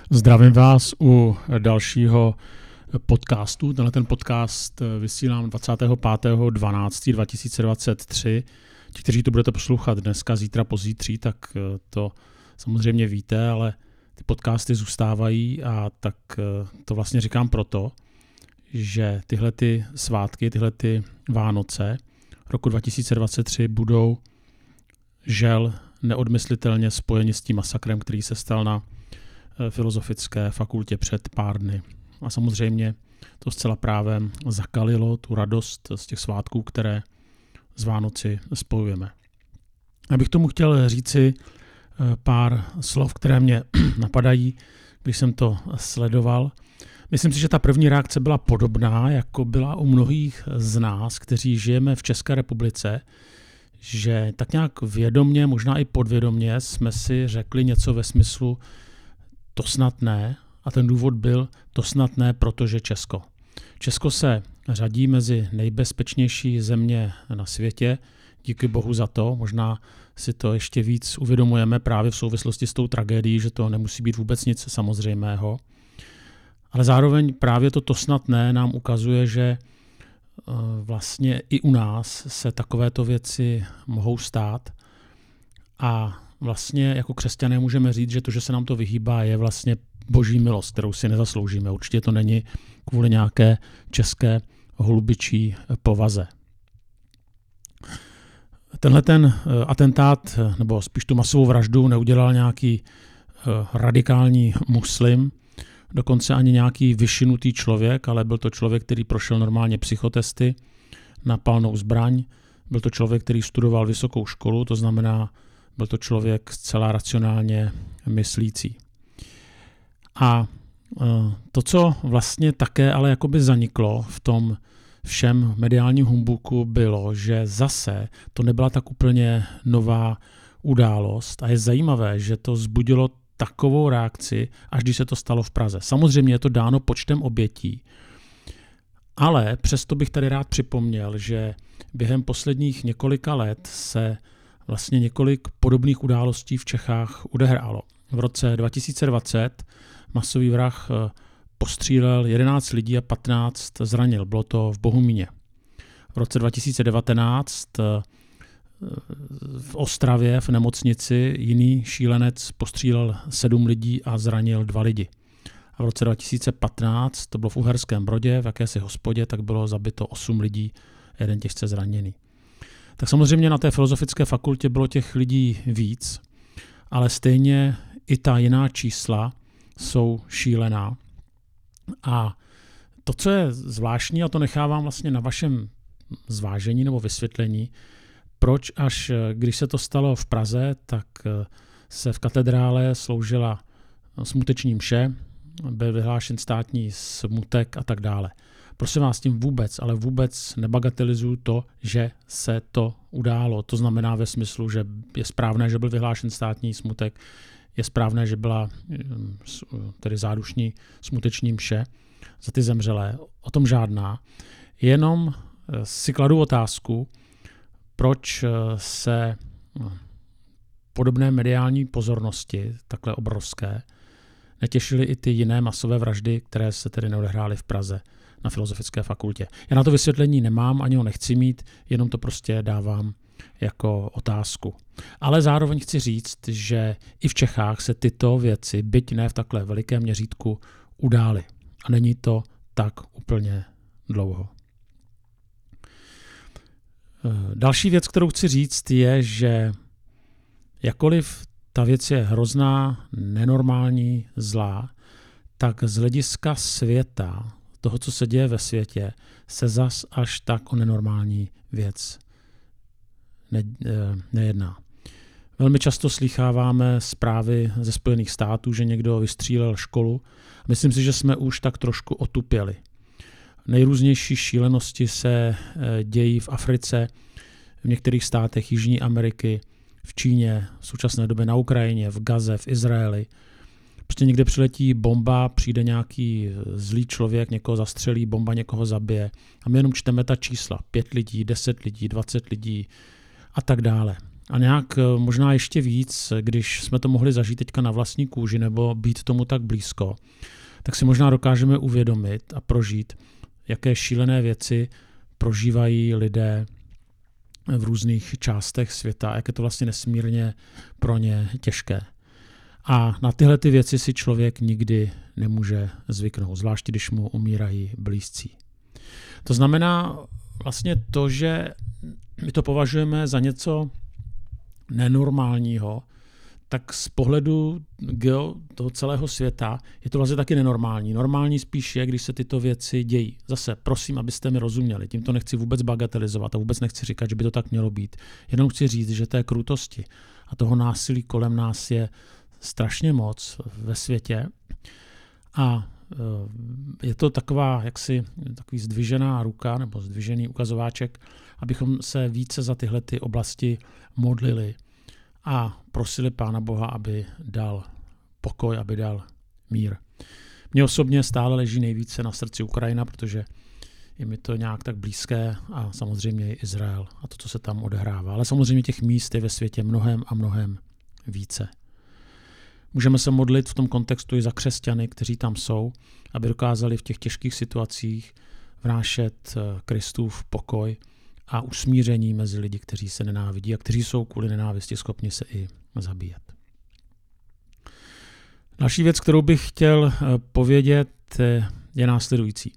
Zdravím vás u dalšího podcastu. Tenhle ten podcast vysílám 25.12.2023. Ti, kteří to budete poslouchat dneska, zítra, pozítří, tak to samozřejmě víte, ale ty podcasty zůstávají a tak to vlastně říkám proto, že tyhle ty svátky, tyhle ty Vánoce roku 2023 budou žel neodmyslitelně spojeni s tím masakrem, který se stal na Filozofické fakultě před pár dny. A samozřejmě to zcela právem zakalilo tu radost z těch svátků, které s Vánoci spojujeme. Já bych tomu chtěl říci pár slov, které mě napadají, když jsem to sledoval. Myslím si, že ta první reakce byla podobná, jako byla u mnohých z nás, kteří žijeme v České republice, že tak nějak vědomně, možná i podvědomně jsme si řekli něco ve smyslu to snad ne, a ten důvod byl to snad ne, protože Česko. Česko se řadí mezi nejbezpečnější země na světě, díky bohu za to, možná si to ještě víc uvědomujeme právě v souvislosti s tou tragédií, že to nemusí být vůbec nic samozřejmého. Ale zároveň právě to snad ne nám ukazuje, že vlastně i u nás se takovéto věci mohou stát a vlastně jako křesťané můžeme říct, že to, že se nám to vyhýbá, je vlastně boží milost, kterou si nezasloužíme. Určitě to není kvůli nějaké české holubičí povaze. Tenhle ten atentát, nebo spíš tu masovou vraždu, neudělal nějaký radikální muslim, dokonce ani nějaký vyšinutý člověk, ale byl to člověk, který prošel normálně psychotesty na palnou zbraň. Byl to člověk, který studoval vysokou školu, to znamená, byl to člověk zcela racionálně myslící. A to, co vlastně také ale jakoby zaniklo v tom všem mediálním humbuku, bylo, že zase to nebyla tak úplně nová událost a je zajímavé, že to vzbudilo takovou reakci, až když se to stalo v Praze. Samozřejmě je to dáno počtem obětí, ale přesto bych tady rád připomněl, že během posledních několika let se vlastně několik podobných událostí v Čechách odehrálo. V roce 2020 masový vrah postřílel 11 lidí a 15 zranil. Bylo to v Bohumíně. V roce 2019 v Ostravě v nemocnici jiný šílenec postřílel 7 lidí a zranil 2 lidi. A v roce 2015, to bylo v Uherském Brodě, v jakési hospodě, tak bylo zabito 8 lidí, jeden těžce zraněný. Tak samozřejmě na té filozofické fakultě bylo těch lidí víc, ale stejně i ta jiná čísla jsou šílená. A to, co je zvláštní, a to nechávám vlastně na vašem zvážení nebo vysvětlení, proč až když se to stalo v Praze, tak se v katedrále sloužila smuteční mše, byl vyhlášen státní smutek a tak dále. Prosím vás, tím vůbec, ale vůbec nebagatelizuju to, že se to událo. To znamená ve smyslu, že je správné, že byl vyhlášen státní smutek, je správné, že byla tedy zádušní smuteční mše za ty zemřelé. O tom žádná. Jenom si kladu otázku, proč se podobné mediální pozornosti, takhle obrovské, netěšily i ty jiné masové vraždy, které se tedy neodehrály v Praze na Filozofické fakultě. Já na to vysvětlení nemám, ani ho nechci mít, jenom to prostě dávám jako otázku. Ale zároveň chci říct, že i v Čechách se tyto věci, byť ne v takhle velikém měřítku, udály. A není to tak úplně dlouho. Další věc, kterou chci říct, je, že jakkoliv ta věc je hrozná, nenormální, zlá, tak z hlediska světa, toho, co se děje ve světě, se zas až tak o nenormální věc nejedná. Velmi často slýcháváme zprávy ze Spojených států, že někdo vystřílel školu. Myslím si, že jsme už tak trošku otupěli. Nejrůznější šílenosti se dějí v Africe, v některých státech Jižní Ameriky, v Číně, v současné době na Ukrajině, v Gaze, v Izraeli. Prostě někde přiletí bomba, přijde nějaký zlý člověk, někoho zastřelí, bomba někoho zabije. A my jenom čteme ta čísla. 5 lidí, 10 lidí, 20 lidí a tak dále. A nějak možná ještě víc, když jsme to mohli zažít teďka na vlastní kůži nebo být tomu tak blízko, tak si možná dokážeme uvědomit a prožít, jaké šílené věci prožívají lidé v různých částech světa, jak je to vlastně nesmírně pro ně těžké. A na tyhle ty věci si člověk nikdy nemůže zvyknout, zvláště když mu umírají blízcí. To znamená vlastně to, že my to považujeme za něco nenormálního, tak z pohledu toho celého světa je to vlastně taky nenormální. Normální spíš je, když se tyto věci dějí. Zase prosím, abyste mi rozuměli. Tím to nechci vůbec bagatelizovat a vůbec nechci říkat, že by to tak mělo být. Jenom chci říct, že té krutosti a toho násilí kolem nás je strašně moc ve světě a je to taková takový zdvižená ruka nebo zdvižený ukazováček, abychom se více za tyhle ty oblasti modlili a prosili Pána Boha, aby dal pokoj, aby dal mír. Mně osobně stále leží nejvíce na srdci Ukrajina, protože je mi to nějak tak blízké a samozřejmě i Izrael a to, co se tam odehrává. Ale samozřejmě těch míst je ve světě mnohem a mnohem více. Můžeme se modlit v tom kontextu i za křesťany, kteří tam jsou, aby dokázali v těch těžkých situacích vnášet Kristův pokoj a usmíření mezi lidi, kteří se nenávidí a kteří jsou kvůli nenávisti schopni se i zabíjet. Další věc, kterou bych chtěl povědět, je následující.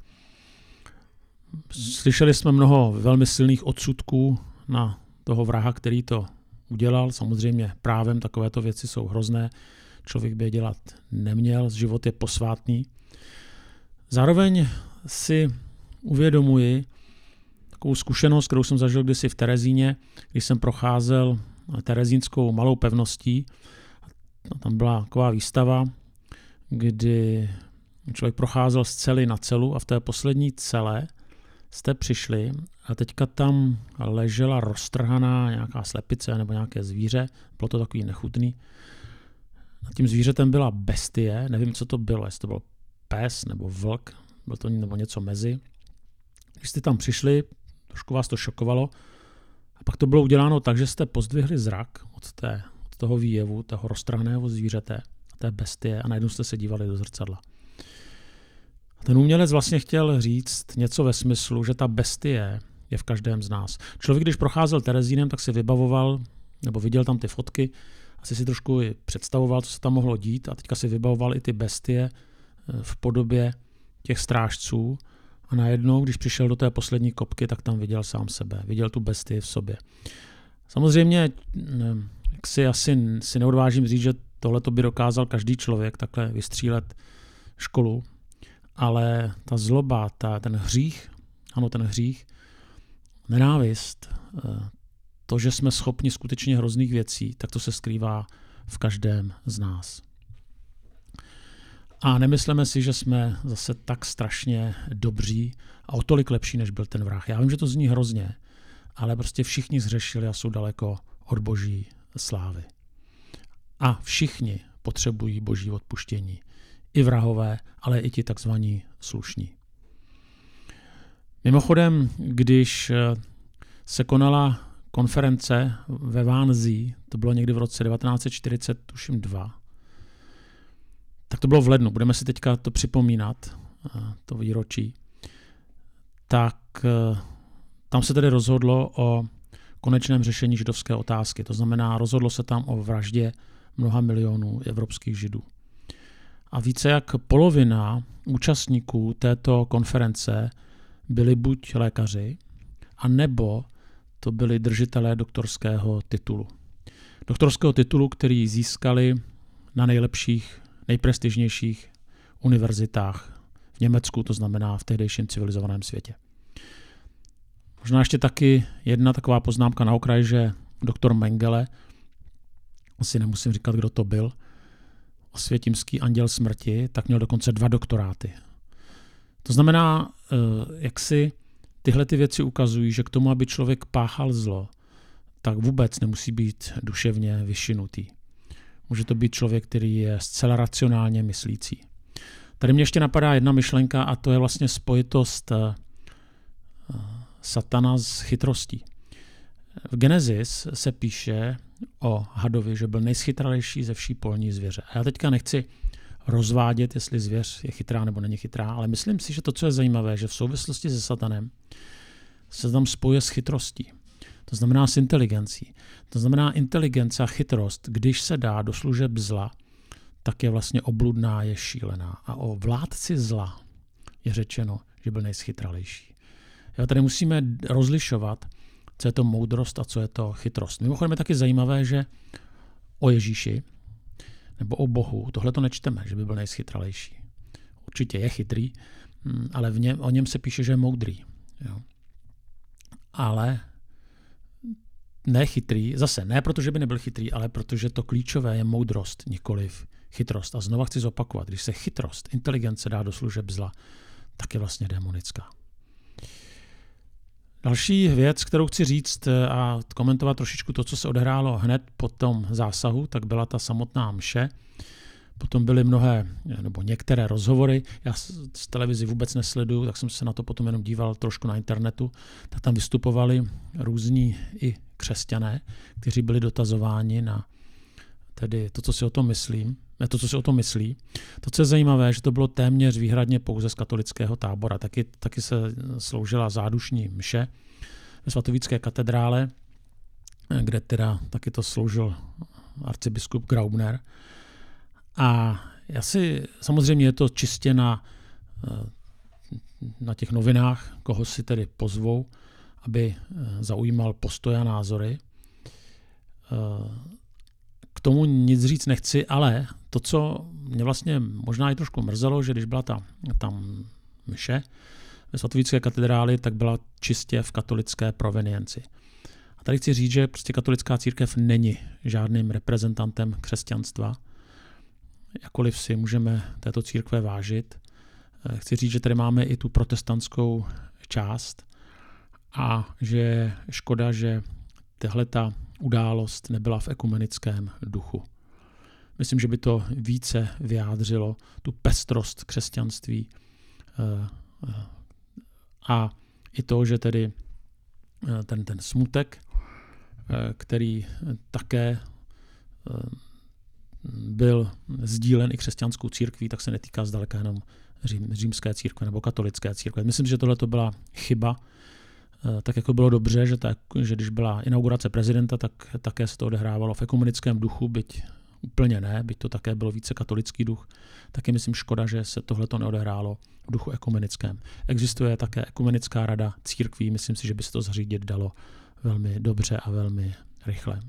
Slyšeli jsme mnoho velmi silných odsudků na toho vraha, který to udělal. Samozřejmě právem takovéto věci jsou hrozné. Člověk by je dělat neměl, život je posvátný. Zároveň si uvědomuji takovou zkušenost, kterou jsem zažil kdysi v Terezíně, když jsem procházel terezínskou malou pevností. Tam byla taková výstava, kdy člověk procházel z cely na celu a v té poslední cele jste přišli a teďka tam ležela roztrhaná nějaká slepice nebo nějaké zvíře, bylo to takový nechutný. Nad tím zvířetem byla bestie, nevím, co to bylo, jestli to byl pes nebo vlk, byl to nebo něco mezi. Když jste tam přišli, trošku vás to šokovalo a pak to bylo uděláno tak, že jste pozdvihli zrak od toho výjevu, toho roztrhaného zvířete, té bestie a najednou jste se dívali do zrcadla. A ten umělec vlastně chtěl říct něco ve smyslu, že ta bestie je v každém z nás. Člověk, když procházel Terezínem, tak si vybavoval, nebo viděl tam ty fotky, asi si trošku představoval, co se tam mohlo dít a teďka si vybavoval i ty bestie v podobě těch strážců a najednou, když přišel do té poslední kopky, tak tam viděl sám sebe, viděl tu bestii v sobě. Samozřejmě, jak si neodvážím říct, že tohle by dokázal každý člověk takhle vystřílet školu, ale ta zloba, ten hřích, nenávist, to, že jsme schopni skutečně hrozných věcí, tak to se skrývá v každém z nás. A nemyslíme si, že jsme zase tak strašně dobří a o tolik lepší, než byl ten vrah. Já vím, že to zní hrozně, ale prostě všichni zhřešili a jsou daleko od boží slávy. A všichni potřebují boží odpuštění. I vrahové, ale i ti takzvaní slušní. Mimochodem, když se konala konference ve Wannsee, to bylo někdy v roce 1942, tak to bylo v lednu, budeme si teďka to připomínat, to výročí, tak tam se tedy rozhodlo o konečném řešení židovské otázky. To znamená, rozhodlo se tam o vraždě mnoha milionů evropských židů. A více jak polovina účastníků této konference byli buď lékaři, anebo to byli držitelé doktorského titulu. Doktorského titulu, který získali na nejlepších, nejprestižnějších univerzitách v Německu, to znamená v tehdejším civilizovaném světě. Možná ještě taky jedna taková poznámka na okraj, že doktor Mengele, asi nemusím říkat, kdo to byl, osvětimský anděl smrti, tak měl dokonce 2 doktoráty. To znamená, jak si tyhle ty věci ukazují, že k tomu, aby člověk páchal zlo, tak vůbec nemusí být duševně vyšinutý. Může to být člověk, který je zcela racionálně myslící. Tady mě ještě napadá jedna myšlenka a to je vlastně spojitost satana s chytrostí. V Genesis se píše o hadovi, že byl nejchytralejší ze vší polní zvěře. A já teďka nechci rozvádět, jestli zvěř je chytrá nebo není chytrá, ale myslím si, že to, co je zajímavé, že v souvislosti se satanem se tam spojuje s chytrostí. To znamená s inteligencí. To znamená inteligence a chytrost, když se dá do služeb zla, tak je vlastně obludná, je šílená. A o vládci zla je řečeno, že byl nejchytralejší. Jo, tady musíme rozlišovat, co je to moudrost a co je to chytrost. Mimochodem je taky zajímavé, že o Ježíši nebo o Bohu tohle to nečteme, že by byl nejchytralejší. Určitě je chytrý, ale o něm se píše, že je moudrý. Jo. Ale ne chytrý, zase ne proto, že by nebyl chytrý, ale protože to klíčové je moudrost, nikoliv chytrost. A znova chci zopakovat, když se chytrost, inteligence dá do služeb zla, tak je vlastně démonická. Další věc, kterou chci říct a komentovat trošičku to, co se odehrálo hned po tom zásahu, tak byla ta samotná mše. Potom byly mnohé, nebo některé rozhovory. Já z televizi vůbec nesleduju, tak jsem se na to potom jenom díval trošku na internetu. Tak tam vystupovali různí i křesťané, kteří byli dotazováni na tedy to, co si o tom myslí. To, co je zajímavé, že to bylo téměř výhradně pouze z katolického tábora. Taky se sloužila zádušní mše ve svatovícké katedrále, kde teda taky to sloužil arcibiskup Graubner. A samozřejmě je to čistě na těch novinách, koho si tedy pozvou, aby zaujímal postoje a názory. K tomu nic říct nechci, ale to, co mě vlastně možná i trošku mrzelo, že když byla tam mše ve svatovícké katedráli, tak byla čistě v katolické provenienci. A tady chci říct, že prostě katolická církev není žádným reprezentantem křesťanstva, jakkoliv si můžeme této církve vážit. Chci říct, že tady máme i tu protestantskou část a že je škoda, že tahleta událost nebyla v ekumenickém duchu. Myslím, že by to více vyjádřilo tu pestrost křesťanství a i to, že tedy ten smutek, který také byl sdílen i křesťanskou církví, tak se netýká zdaleka jenom římské církve nebo katolické církve. Myslím, že tohle to byla chyba. Tak jako bylo dobře, že když byla inaugurace prezidenta, tak také se to odehrávalo v ekumenickém duchu, byť úplně ne, byť to také bylo více katolický duch, tak je myslím škoda, že se tohleto neodehrálo v duchu ekumenickém. Existuje také ekumenická rada církví, myslím si, že by se to zařídit dalo velmi dobře a velmi rychle.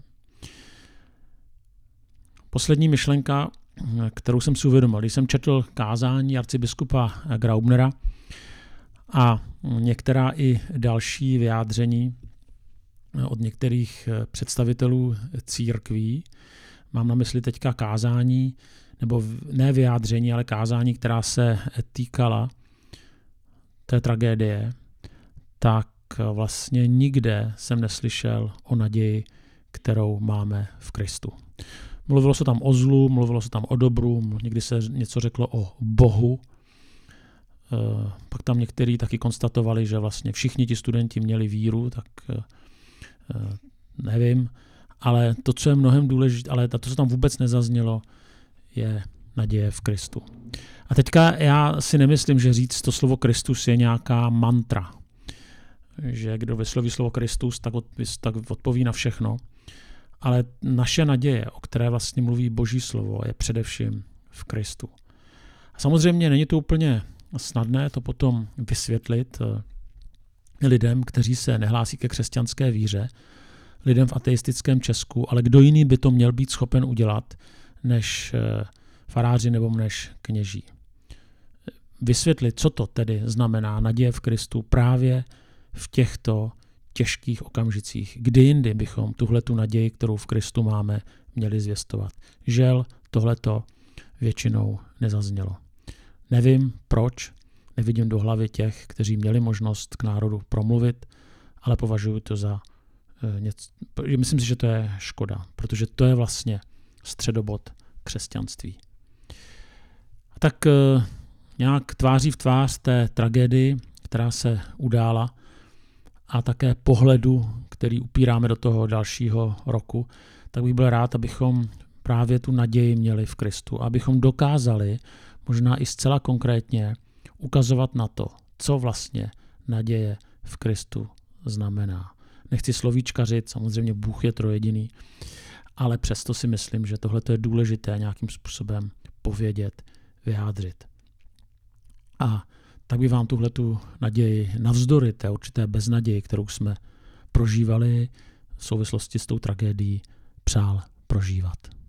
Poslední myšlenka, kterou jsem si uvědomil, když jsem četl kázání arcibiskupa Graubnera a některá i další vyjádření od některých představitelů církví, mám na mysli teďka kázání, nebo ne vyjádření, ale kázání, která se týkala té tragédie, tak vlastně nikde jsem neslyšel o naději, kterou máme v Kristu. Mluvilo se tam o zlu, mluvilo se tam o dobru, někdy se něco řeklo o Bohu. Pak tam někteří taky konstatovali, že vlastně všichni ti studenti měli víru, tak nevím. Ale to, co je mnohem důležité, ale to, co tam vůbec nezaznělo, je naděje v Kristu. A teďka já si nemyslím, že říct to slovo Kristus je nějaká mantra. Že kdo vysloví slovo Kristus, tak odpoví na všechno. Ale naše naděje, o které vlastně mluví Boží slovo, je především v Kristu. A samozřejmě není to úplně snadné to potom vysvětlit lidem, kteří se nehlásí ke křesťanské víře, lidem v ateistickém Česku, ale kdo jiný by to měl být schopen udělat, než faráři nebo než kněží. Vysvětlit, co to tedy znamená naděje v Kristu právě v těchto těžkých okamžicích. Kdy jindy bychom tuhletu naději, kterou v Kristu máme, měli zvěstovat. Žel, tohleto většinou nezaznělo. Nevím proč, nevidím do hlavy těch, kteří měli možnost k národu promluvit, ale považuji to za něco. Myslím si, že to je škoda, protože to je vlastně středobod křesťanství. A tak nějak tváří v tvář té tragédii, která se udála, a také pohledu, který upíráme do toho dalšího roku, tak bych byl rád, abychom právě tu naději měli v Kristu, abychom dokázali možná i zcela konkrétně ukazovat na to, co vlastně naděje v Kristu znamená. Nechci slovíčkařit, samozřejmě Bůh je trojjediný, ale přesto si myslím, že tohle je důležité nějakým způsobem povědět, vyjádřit. A tak by vám tuhletu naději navzdory té určité beznaději, kterou jsme prožívali v souvislosti s tou tragédií, přál prožívat.